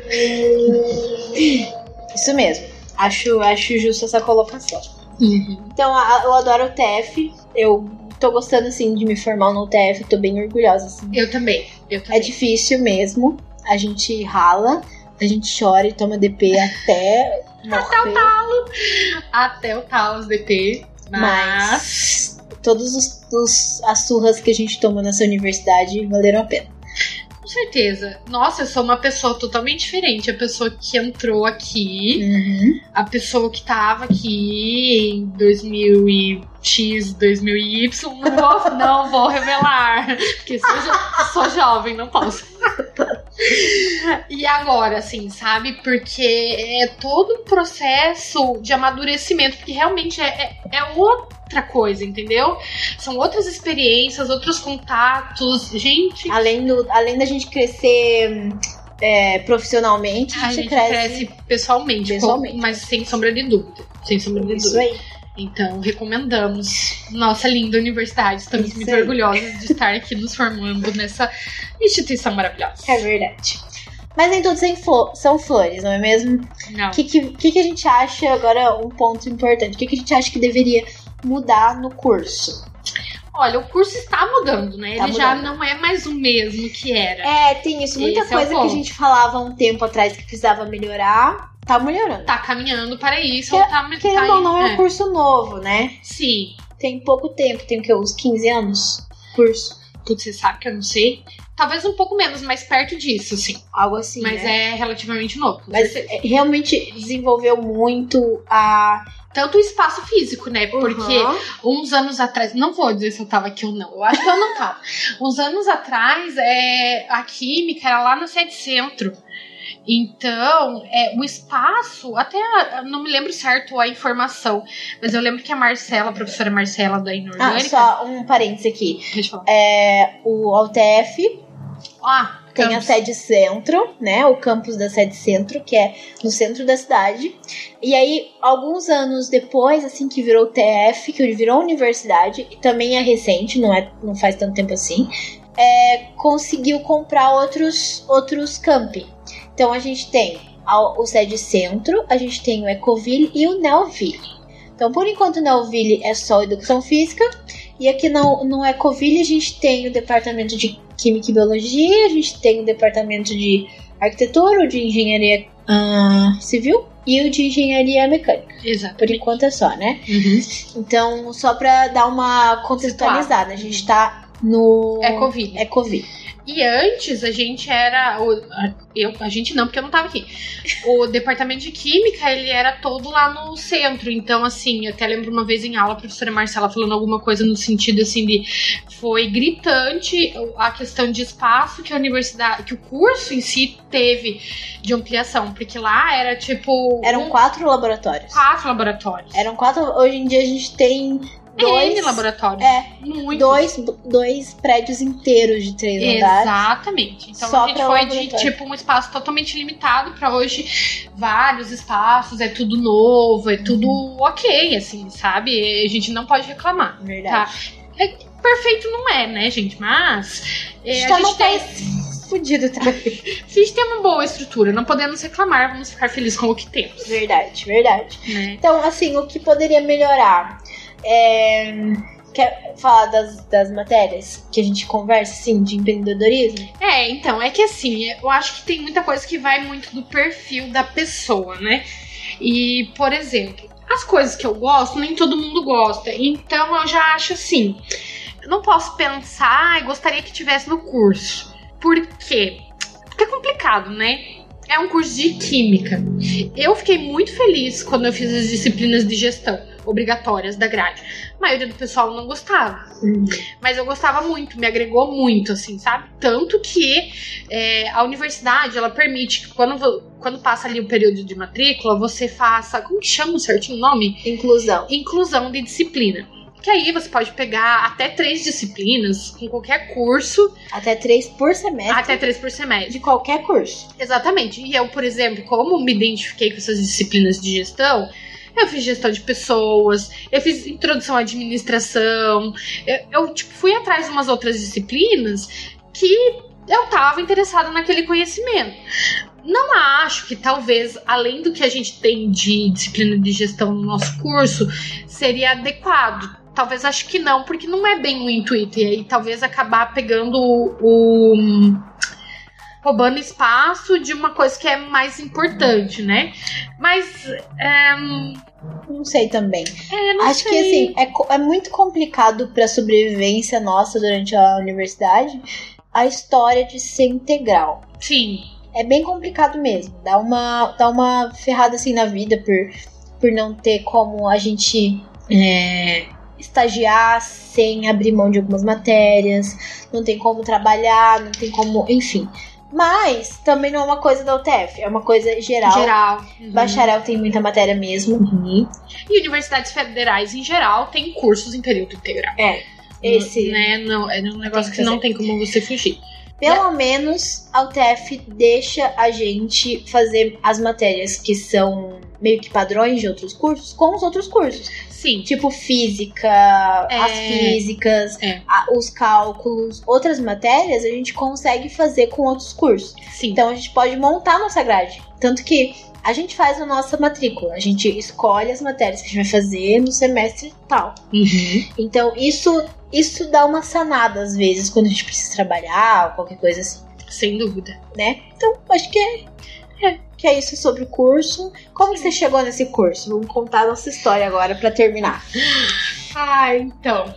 Isso mesmo. Acho, acho justo essa colocação. Uhum. Então, eu adoro o T F. Eu tô gostando, assim, de me formar no T F. Tô bem orgulhosa, assim. Eu também. Eu também. É difícil mesmo. A gente rala, a gente chora e toma D P até morrer. Até o talo. Até o talo, os D P. Mas... Mas todas os, os, as surras que a gente tomou nessa universidade valeram a pena. Com certeza. Nossa, eu sou uma pessoa totalmente diferente. A pessoa que entrou aqui, uhum. a pessoa que tava aqui em dois mil e X, dois mil e Y, não vou, não vou revelar, porque sou, jo- sou jovem, não posso. E agora, assim, sabe? Porque é todo um processo de amadurecimento, porque realmente é, é, é outra coisa, entendeu? São outras experiências, outros contatos, gente. Além, do, além da gente crescer é, profissionalmente, a gente, a gente cresce, cresce pessoalmente, pessoalmente, mas sem sombra de dúvida. Sem sombra de Isso dúvida. aí. Então, recomendamos nossa linda universidade. Estamos Isso muito aí. orgulhosos de estar aqui nos formando nessa instituição maravilhosa. É verdade. Mas nem todos são flores, não é mesmo? Não. O que, que, que a gente acha, agora um ponto importante, o que, que a gente acha que deveria mudar no curso? Olha, o curso está mudando, né? Tá Ele já mudando. não é mais o mesmo que era. É, tem isso. Muita Esse é o coisa que a ponto. gente falava um tempo atrás que precisava melhorar, tá melhorando. Tá caminhando para isso. Que- ou tá, Querendo tá ou não, é um é. curso novo, né? Sim. Tem pouco tempo, tem o quê? Uns quinze anos? Curso. Putz, você sabe que eu não sei. Talvez um pouco menos, mas perto disso, sim. Algo assim, Mas né? é relativamente novo. com Mas certeza. é, realmente desenvolveu muito a... Tanto o espaço físico, né? Porque Uhum. uns anos atrás, não vou dizer se eu tava aqui ou não, eu acho que eu não tava. Uns anos atrás, é, a química era lá no sede centro. Então, é, o espaço, até a- não me lembro certo a informação, mas eu lembro que a Marcela, a professora Marcela da Ah, Inorgânica. só um parênteses aqui. Deixa eu falar. É, o A U T F Ah, tem campus. a sede centro, né? O campus da sede centro, que é no centro da cidade. E aí, alguns anos depois, assim que virou o T F, que virou universidade, e também é recente, não, é, não faz tanto tempo assim, é, conseguiu comprar outros, outros campi. Então a gente tem a- o sede centro, a gente tem o Ecoville e o Neoville. Então, por enquanto, o Neoville é só educação física. E aqui no, no Ecoville a gente tem o departamento de Química e Biologia, a gente tem o departamento de Arquitetura, o de Engenharia ah, Civil e o de Engenharia Mecânica. Exato. Por enquanto é só, né? Uhum. Então, só pra dar uma contextualizada, a gente tá no Ecoville. Ecoville. E antes a gente era. O, a, eu, a gente não, porque eu não tava aqui. O departamento de química, ele era todo lá no centro. Então, assim, eu até lembro uma vez em aula a professora Marcela falando alguma coisa no sentido assim de. Foi gritante a questão de espaço que a universidade. Que o curso em si teve de ampliação. Porque lá era tipo. Eram um, quatro laboratórios. quatro laboratórios. Eram quatro. Hoje em dia a gente tem dois. N laboratórios. É, Muito. dois, dois prédios inteiros de três andares. Exatamente. Então Só a gente pra foi de laboratório. tipo um espaço totalmente limitado pra hoje vários espaços, é tudo novo, é tudo ok, assim, sabe? A gente não pode reclamar. Verdade. Tá? É, perfeito não é, né, gente? Mas A é, gente a, tá gente num tem, país fudido também. a gente tem uma boa estrutura, não podemos reclamar, vamos ficar felizes com o que temos. Verdade, verdade. Né? Então, assim, o que poderia melhorar? É... Quer falar das, das matérias que a gente conversa, assim, de empreendedorismo? É, então, é que assim, eu acho que tem muita coisa que vai muito do perfil da pessoa, né? E, por exemplo, as coisas que eu gosto, nem todo mundo gosta. Então eu já acho assim, eu não posso pensar e gostaria que tivesse no curso. Por quê? Porque é complicado, né? É um curso de química. Eu fiquei muito feliz quando eu fiz as disciplinas de gestão. obrigatórias da grade. A maioria do pessoal não gostava. Uhum. Mas eu gostava muito, me agregou muito, assim, sabe? Tanto que é, a universidade, ela permite que quando, quando passa ali o período de matrícula, você faça, como que chama certinho o nome? Inclusão. Inclusão de disciplina. Que aí você pode pegar até três disciplinas com qualquer curso. Até três por semestre. Até três por semestre. De qualquer curso. Exatamente. E eu, por exemplo, como me identifiquei com essas disciplinas de gestão, eu fiz gestão de pessoas, eu fiz introdução à administração, eu, eu tipo, fui atrás de umas outras disciplinas que eu tava interessada naquele conhecimento. Não acho que talvez, além do que a gente tem de disciplina de gestão no nosso curso, seria adequado. Talvez acho que não, porque não é bem o intuito. E aí talvez acabar pegando o... o roubando espaço de uma coisa que é mais importante, né? Mas... É, não sei também. É, não acho sei. que assim, é, é muito complicado pra sobrevivência nossa durante a universidade a história de ser integral. Sim. É bem complicado mesmo. Dá uma, dá uma ferrada assim na vida por, por não ter como a gente... É, estagiar sem abrir mão de algumas matérias, não tem como trabalhar, não tem como, enfim. Mas também não é uma coisa da U T F, é uma coisa geral. Geral. Uhum. Bacharel tem muita matéria mesmo. Uhum. E universidades federais, em geral, têm cursos em período integral. É, esse... Né? Não, é um negócio que, que não tem como você fugir. Pelo é. menos a U T F deixa a gente fazer as matérias que são meio que padrões de outros cursos com os outros cursos. Sim. Tipo física, é, as físicas, é. a, os cálculos, outras matérias a gente consegue fazer com outros cursos. Sim. Então a gente pode montar a nossa grade. Tanto que a gente faz a nossa matrícula, a gente escolhe as matérias que a gente vai fazer no semestre tal. Uhum. Então isso, isso dá uma sanada às vezes quando a gente precisa trabalhar ou qualquer coisa assim. Sem dúvida. Né? Então acho que é... é. Que é isso sobre o curso. Como que você chegou nesse curso? Vamos contar a nossa história agora pra terminar. Ah, então.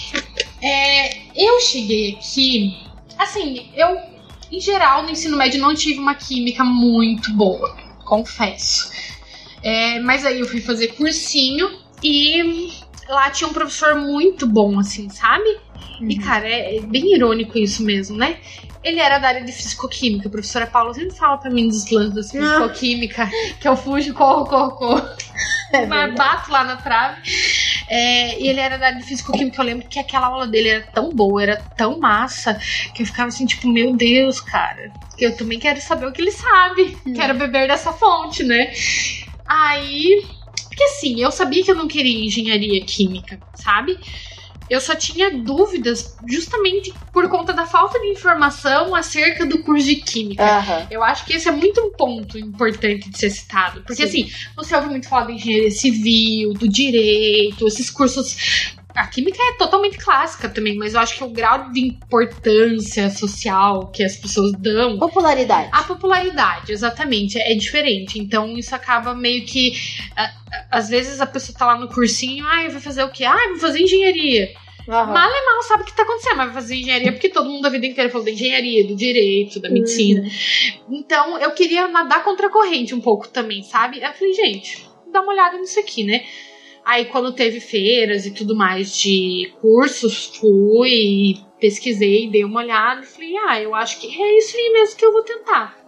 É, eu cheguei aqui... Assim, eu, em geral, no ensino médio não tive uma química muito boa. Confesso. É, mas aí eu fui fazer cursinho e lá tinha um professor muito bom, assim, sabe? Uhum. E, cara, é, é bem irônico isso mesmo, né? Ele era da área de fisicoquímica. A professora Paula sempre fala pra mim dos lances da fisicoquímica, que eu fujo, corro, corro, corro. É mas bato lá na trave. É, e ele era da área de fisicoquímica. Eu lembro que aquela aula dele era tão boa, era tão massa, que eu ficava assim, tipo, meu Deus, cara. Que eu também quero saber o que ele sabe. Hum. Quero beber dessa fonte, né? Aí... Porque assim, eu sabia que eu não queria engenharia química, sabe? Eu só tinha dúvidas justamente por conta da falta de informação acerca do curso de Química. Uhum. Eu acho que esse é muito um ponto importante de ser citado. Porque, Sim. assim, você ouve muito falar da engenharia civil, do direito, esses cursos... A Química é totalmente clássica também, mas eu acho que o grau de importância social que as pessoas dão... Popularidade. A popularidade, exatamente, é diferente. Então, isso acaba meio que... Às vezes a pessoa tá lá no cursinho, ah, eu vou fazer o quê? Ah, eu vou fazer engenharia. Uhum. Mal e mal sabe o que tá acontecendo, mas vai fazer engenharia porque todo mundo a vida inteira falou da engenharia, do direito, da medicina. Uhum. Então, eu queria nadar contra a corrente um pouco também, sabe? Eu falei, gente, dá uma olhada nisso aqui, né? Aí, quando teve feiras e tudo mais de cursos, fui, pesquisei, dei uma olhada e falei, ah, eu acho que é isso aí mesmo que eu vou tentar.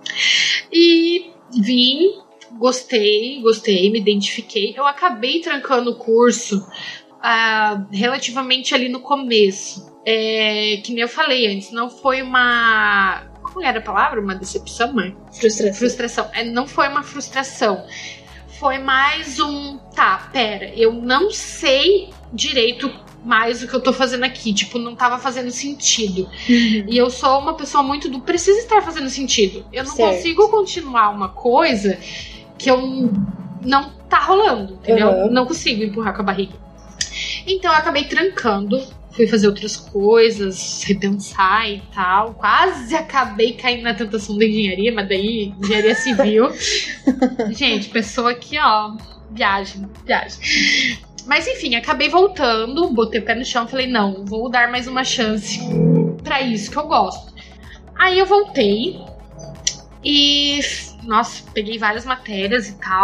E vim, gostei, gostei, me identifiquei. Eu acabei trancando o curso uh, relativamente ali no começo. É, que nem eu falei antes, não foi uma... Como era a palavra? Uma decepção, mãe? Frustração. Frustração. É, não foi uma frustração. Foi mais um, tá, pera, eu não sei direito mais o que eu tô fazendo aqui, tipo, não tava fazendo sentido. Uhum. E eu sou uma pessoa muito do precisa estar fazendo sentido. Eu não certo. consigo continuar uma coisa que eu não tá rolando, entendeu? Uhum. Não consigo empurrar com a barriga. Então eu acabei trancando, fui fazer outras coisas, repensar e tal. Quase acabei caindo na tentação da engenharia, mas daí, engenharia civil. Gente, pessoa aqui, ó, viagem, viagem. Mas enfim, acabei voltando, botei o pé no chão e falei, não, vou dar mais uma chance pra isso que eu gosto. Aí eu voltei e, nossa, peguei várias matérias e tal.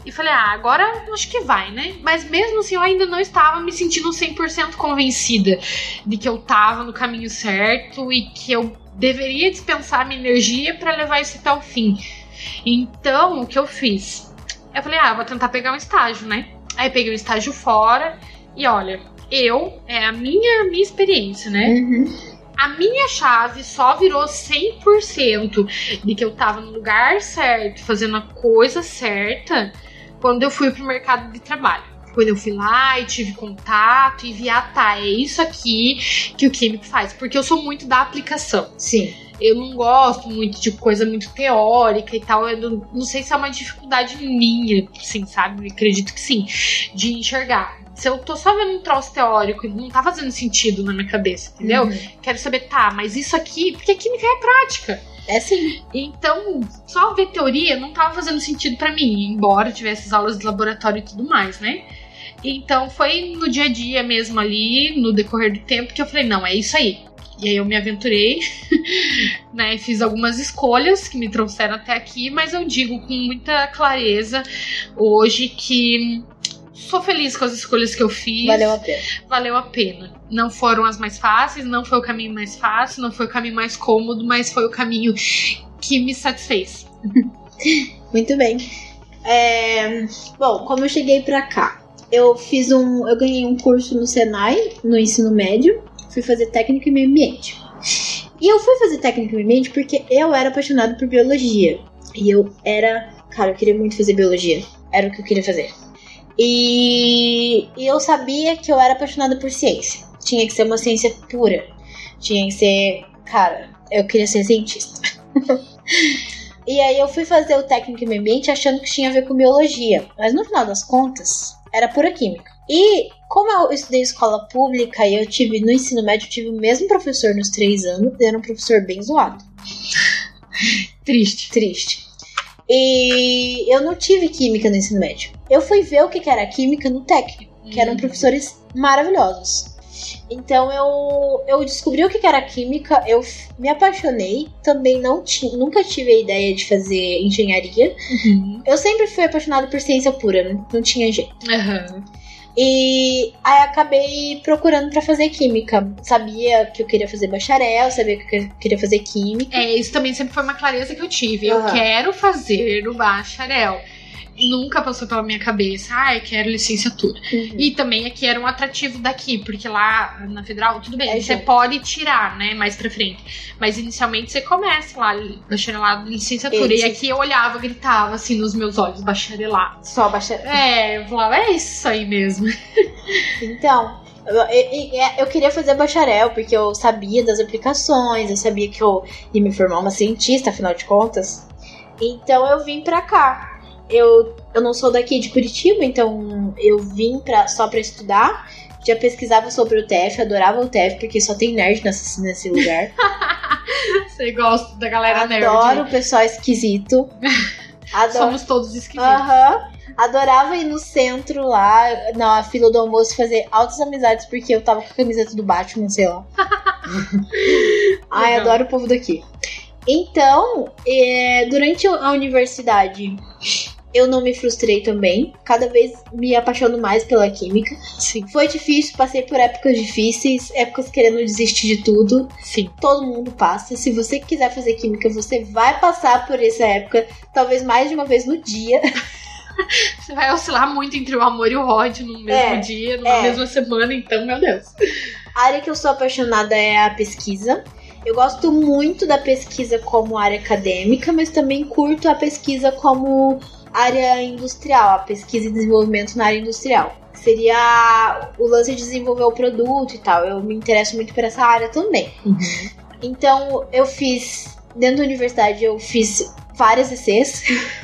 E falei, ah, agora acho que vai, né? Mas mesmo assim, eu ainda não estava me sentindo cem por cento convencida de que eu tava no caminho certo e que eu deveria dispensar minha energia pra levar isso até o fim. Então, o que eu fiz? Eu falei, ah, vou tentar pegar um estágio, né? Aí peguei um estágio fora e olha, eu, é a minha, minha experiência, né? Uhum. A minha chave só virou cem por cento de que eu tava no lugar certo, fazendo a coisa certa, quando eu fui pro mercado de trabalho. Quando eu fui lá e tive contato e vi, ah, tá, é isso aqui que o químico faz. Porque eu sou muito da aplicação. Sim. Eu não gosto muito de coisa muito teórica e tal. Eu não, não sei se é uma dificuldade minha, assim, sabe? Eu acredito que sim, de enxergar. Se eu tô só vendo um troço teórico e não tá fazendo sentido na minha cabeça, entendeu? Uhum. Quero saber, tá, mas isso aqui... Porque a química é prática. É sim. Então, só ver teoria não tava fazendo sentido pra mim, embora tivesse as aulas de laboratório e tudo mais, né? Então, foi no dia a dia mesmo ali, no decorrer do tempo, que eu falei, não, é isso aí. E aí eu me aventurei, né? Fiz algumas escolhas que me trouxeram até aqui, mas eu digo com muita clareza hoje que... Sou feliz com as escolhas que eu fiz. Valeu a pena. Valeu a pena. Não foram as mais fáceis, não foi o caminho mais fácil, não foi o caminho mais cômodo, mas foi o caminho que me satisfez. Muito bem. É, bom, como eu cheguei pra cá, eu fiz um. Eu ganhei um curso no Senai, no ensino médio. Fui fazer técnico em meio ambiente. E eu fui fazer técnico em meio ambiente porque eu era apaixonada por biologia. E eu era. Cara, eu queria muito fazer biologia. Era o que eu queria fazer. E, e eu sabia que eu era apaixonada por ciência. Tinha que ser uma ciência pura. Tinha que ser... Cara, eu queria ser cientista. E aí eu fui fazer o técnico em meio ambiente achando que tinha a ver com biologia. Mas no final das contas, era pura química. E como eu estudei escola pública e eu tive no ensino médio, eu tive o mesmo professor nos três anos. E era um professor bem zoado. Triste. Triste. E eu não tive química no ensino médio. Eu fui ver o que era química no técnico, que eram professores maravilhosos. Então eu, eu descobri o que era química, eu me apaixonei. Também não tinha, nunca tive a ideia de fazer engenharia. Uhum. Eu sempre fui apaixonada por ciência pura, né? Não tinha jeito. Uhum. E aí acabei procurando pra fazer química. Sabia que eu queria fazer bacharel, sabia que eu queria fazer química. É, isso também sempre foi uma clareza que eu tive. Uhum. Eu quero fazer o bacharel. Nunca passou pela minha cabeça, ah, eu quero licenciatura. Uhum. E também aqui era um atrativo daqui, porque lá na Federal, tudo bem, é você junto. Pode tirar, né, mais pra frente. Mas inicialmente você começa lá, bacharelado, licenciatura. Esse. E aqui eu olhava, gritava assim nos meus olhos, bacharelado. Só bacharelado. É, eu falava, é isso aí mesmo. Então, eu, eu, eu queria fazer bacharel, porque eu sabia das aplicações, eu sabia que eu ia me formar uma cientista, afinal de contas. Então eu vim pra cá. Eu, eu não sou daqui de Curitiba, então eu vim pra, só pra estudar. Já pesquisava sobre o T F, adorava o T F, porque só tem nerd nesse, nesse lugar. Você gosta da galera Adoro nerd. Adoro o pessoal esquisito. Adoro. Somos todos esquisitos. Aham. Uhum. Adorava ir no centro lá, na fila do almoço, fazer altas amizades, porque eu tava com a camiseta do Batman, sei lá. Ai, adoro o povo daqui. Então, é, durante a universidade, eu não me frustrei também. Cada vez me apaixono mais pela química. Sim. Foi difícil, passei por épocas difíceis, épocas querendo desistir de tudo. Sim. Todo mundo passa. Se você quiser fazer química, você vai passar por essa época, talvez mais de uma vez no dia. Você vai oscilar muito entre o amor e o ódio no mesmo é, dia, numa é. mesma semana, então, meu Deus. A área que eu sou apaixonada é a pesquisa. Eu gosto muito da pesquisa como área acadêmica, mas também curto a pesquisa como área industrial, a pesquisa e desenvolvimento na área industrial. Seria o lance de desenvolver o produto e tal. Eu me interesso muito por essa área também. Uhum. Então, eu fiz, dentro da universidade, eu fiz várias E Cs.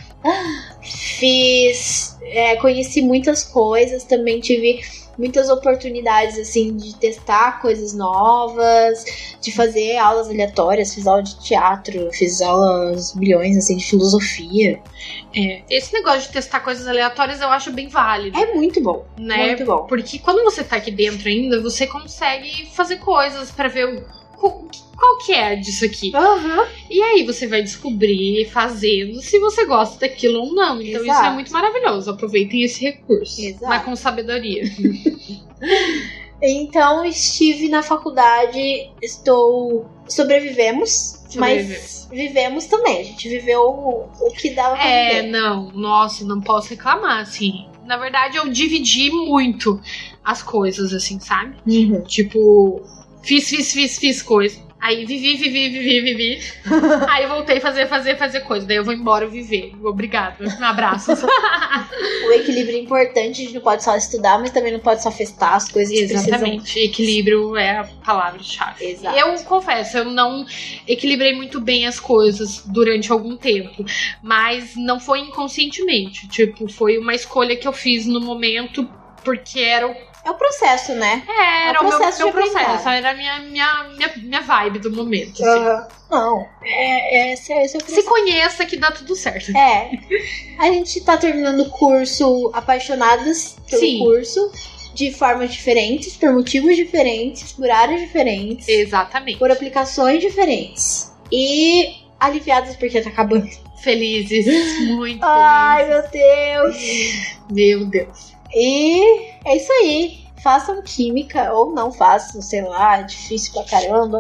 Fiz, é, conheci muitas coisas, também tive muitas oportunidades, assim, de testar coisas novas, de fazer aulas aleatórias, fiz aula de teatro, fiz aulas bilhões, assim, de filosofia. É, esse negócio de testar coisas aleatórias eu acho bem válido. É muito bom, né? Muito bom. Porque quando você tá aqui dentro ainda, você consegue fazer coisas pra ver o, o qual que é disso aqui? Uhum. E aí você vai descobrir fazendo se você gosta daquilo ou não. Então Exato. isso é muito maravilhoso. Aproveitem esse recurso. Exato. Mas com sabedoria. Então, estive na faculdade, estou... Sobrevivemos, mas vivemos também. A gente viveu o, o que dava pra É, viver. não. Nossa, não posso reclamar, assim. Na verdade, eu dividi muito as coisas, assim, sabe? Uhum. Tipo, fiz, fiz, fiz, fiz coisa. Aí vivi, vivi, vivi, vivi. Aí voltei a fazer, fazer, fazer coisa. Daí eu vou embora viver. Obrigada. Um abraço. O equilíbrio é importante, a gente não pode só estudar, mas também não pode só festar as coisas que Exatamente. Equilíbrio é a palavra-chave. Exato. Eu confesso, eu não equilibrei muito bem as coisas durante algum tempo. Mas não foi inconscientemente. Tipo, foi uma escolha que eu fiz no momento porque era o É o processo, né? É, era É o o meu, processo meu de aprendizado. processo, era a minha, minha, minha, minha vibe do momento. Assim. Uhum. Não, é, é, esse é, esse é o Se processo. conheça que dá tudo certo. É, a gente tá terminando o curso apaixonadas pelo Sim. curso, de formas diferentes, por motivos diferentes, por áreas diferentes, Exatamente. por aplicações diferentes. E aliviadas porque tá acabando. Felizes, muito Ai, felizes. meu Deus! Meu Deus. E é isso aí. Façam química, ou não façam, sei lá, é difícil pra caramba.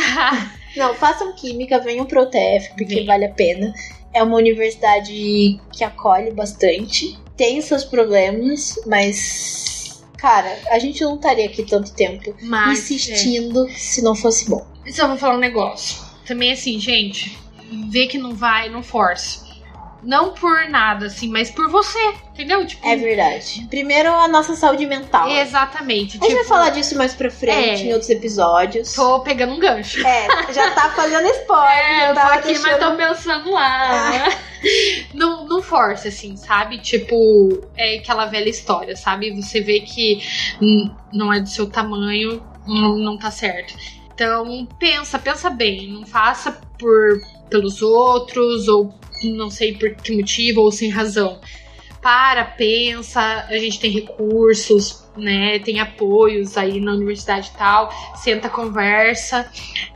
Não, façam química, venham pro U T F, porque Vem. vale a pena. É uma universidade que acolhe bastante. Tem seus problemas, mas... Cara, a gente não estaria aqui tanto tempo Mas, insistindo se não fosse bom. é. Só vou falar um negócio. Também assim, gente, vê que não vai, não force. Não por nada, assim, mas por você, entendeu? Tipo, É verdade. Primeiro, a nossa saúde mental. exatamente. A gente vai tipo, falar disso mais pra frente, É. em outros episódios. Tô pegando um gancho. É, já tá fazendo spoiler. É, já eu tô tava aqui, mas tô deixando- pensando lá. Não, não força, assim, sabe? Tipo, é aquela velha história, sabe? Você vê que hum, não é do seu tamanho, não, não tá certo. Então, pensa, pensa bem. Não faça por pelos outros, ou não sei por que motivo, ou sem razão. Para, pensa, a gente tem recursos, né? Tem apoios aí na universidade e tal. Senta, conversa,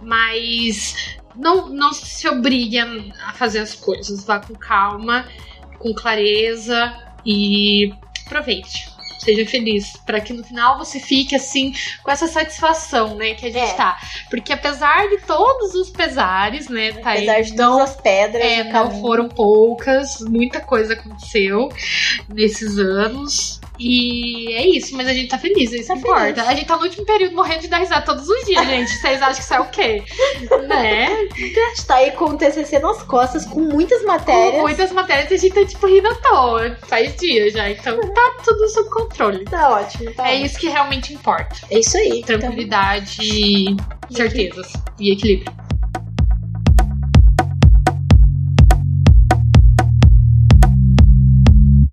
mas não, não se obrigue a, a fazer as coisas. Vá com calma, com clareza e aproveite. Seja feliz, para que no final você fique assim com essa satisfação, né, que a gente É. tá. Porque apesar de todos os pesares, né, tá aí, Apesar de não, todas as pedras. é, no não caminho. foram poucas, muita coisa aconteceu nesses anos. E é isso, mas a gente tá feliz, é isso Tá que importa. feliz. A gente tá no último período morrendo de dar risada todos os dias, gente. Vocês acham que isso é o quê? Né? A gente tá aí com o T C C nas costas, com muitas matérias. Com muitas matérias a gente tá tipo rindo à toa. Faz dias já, então tá tudo sob controle. Tá ótimo, tá É ótimo. isso que realmente importa. É isso aí. Então, Tranquilidade, certezas e equilíbrio.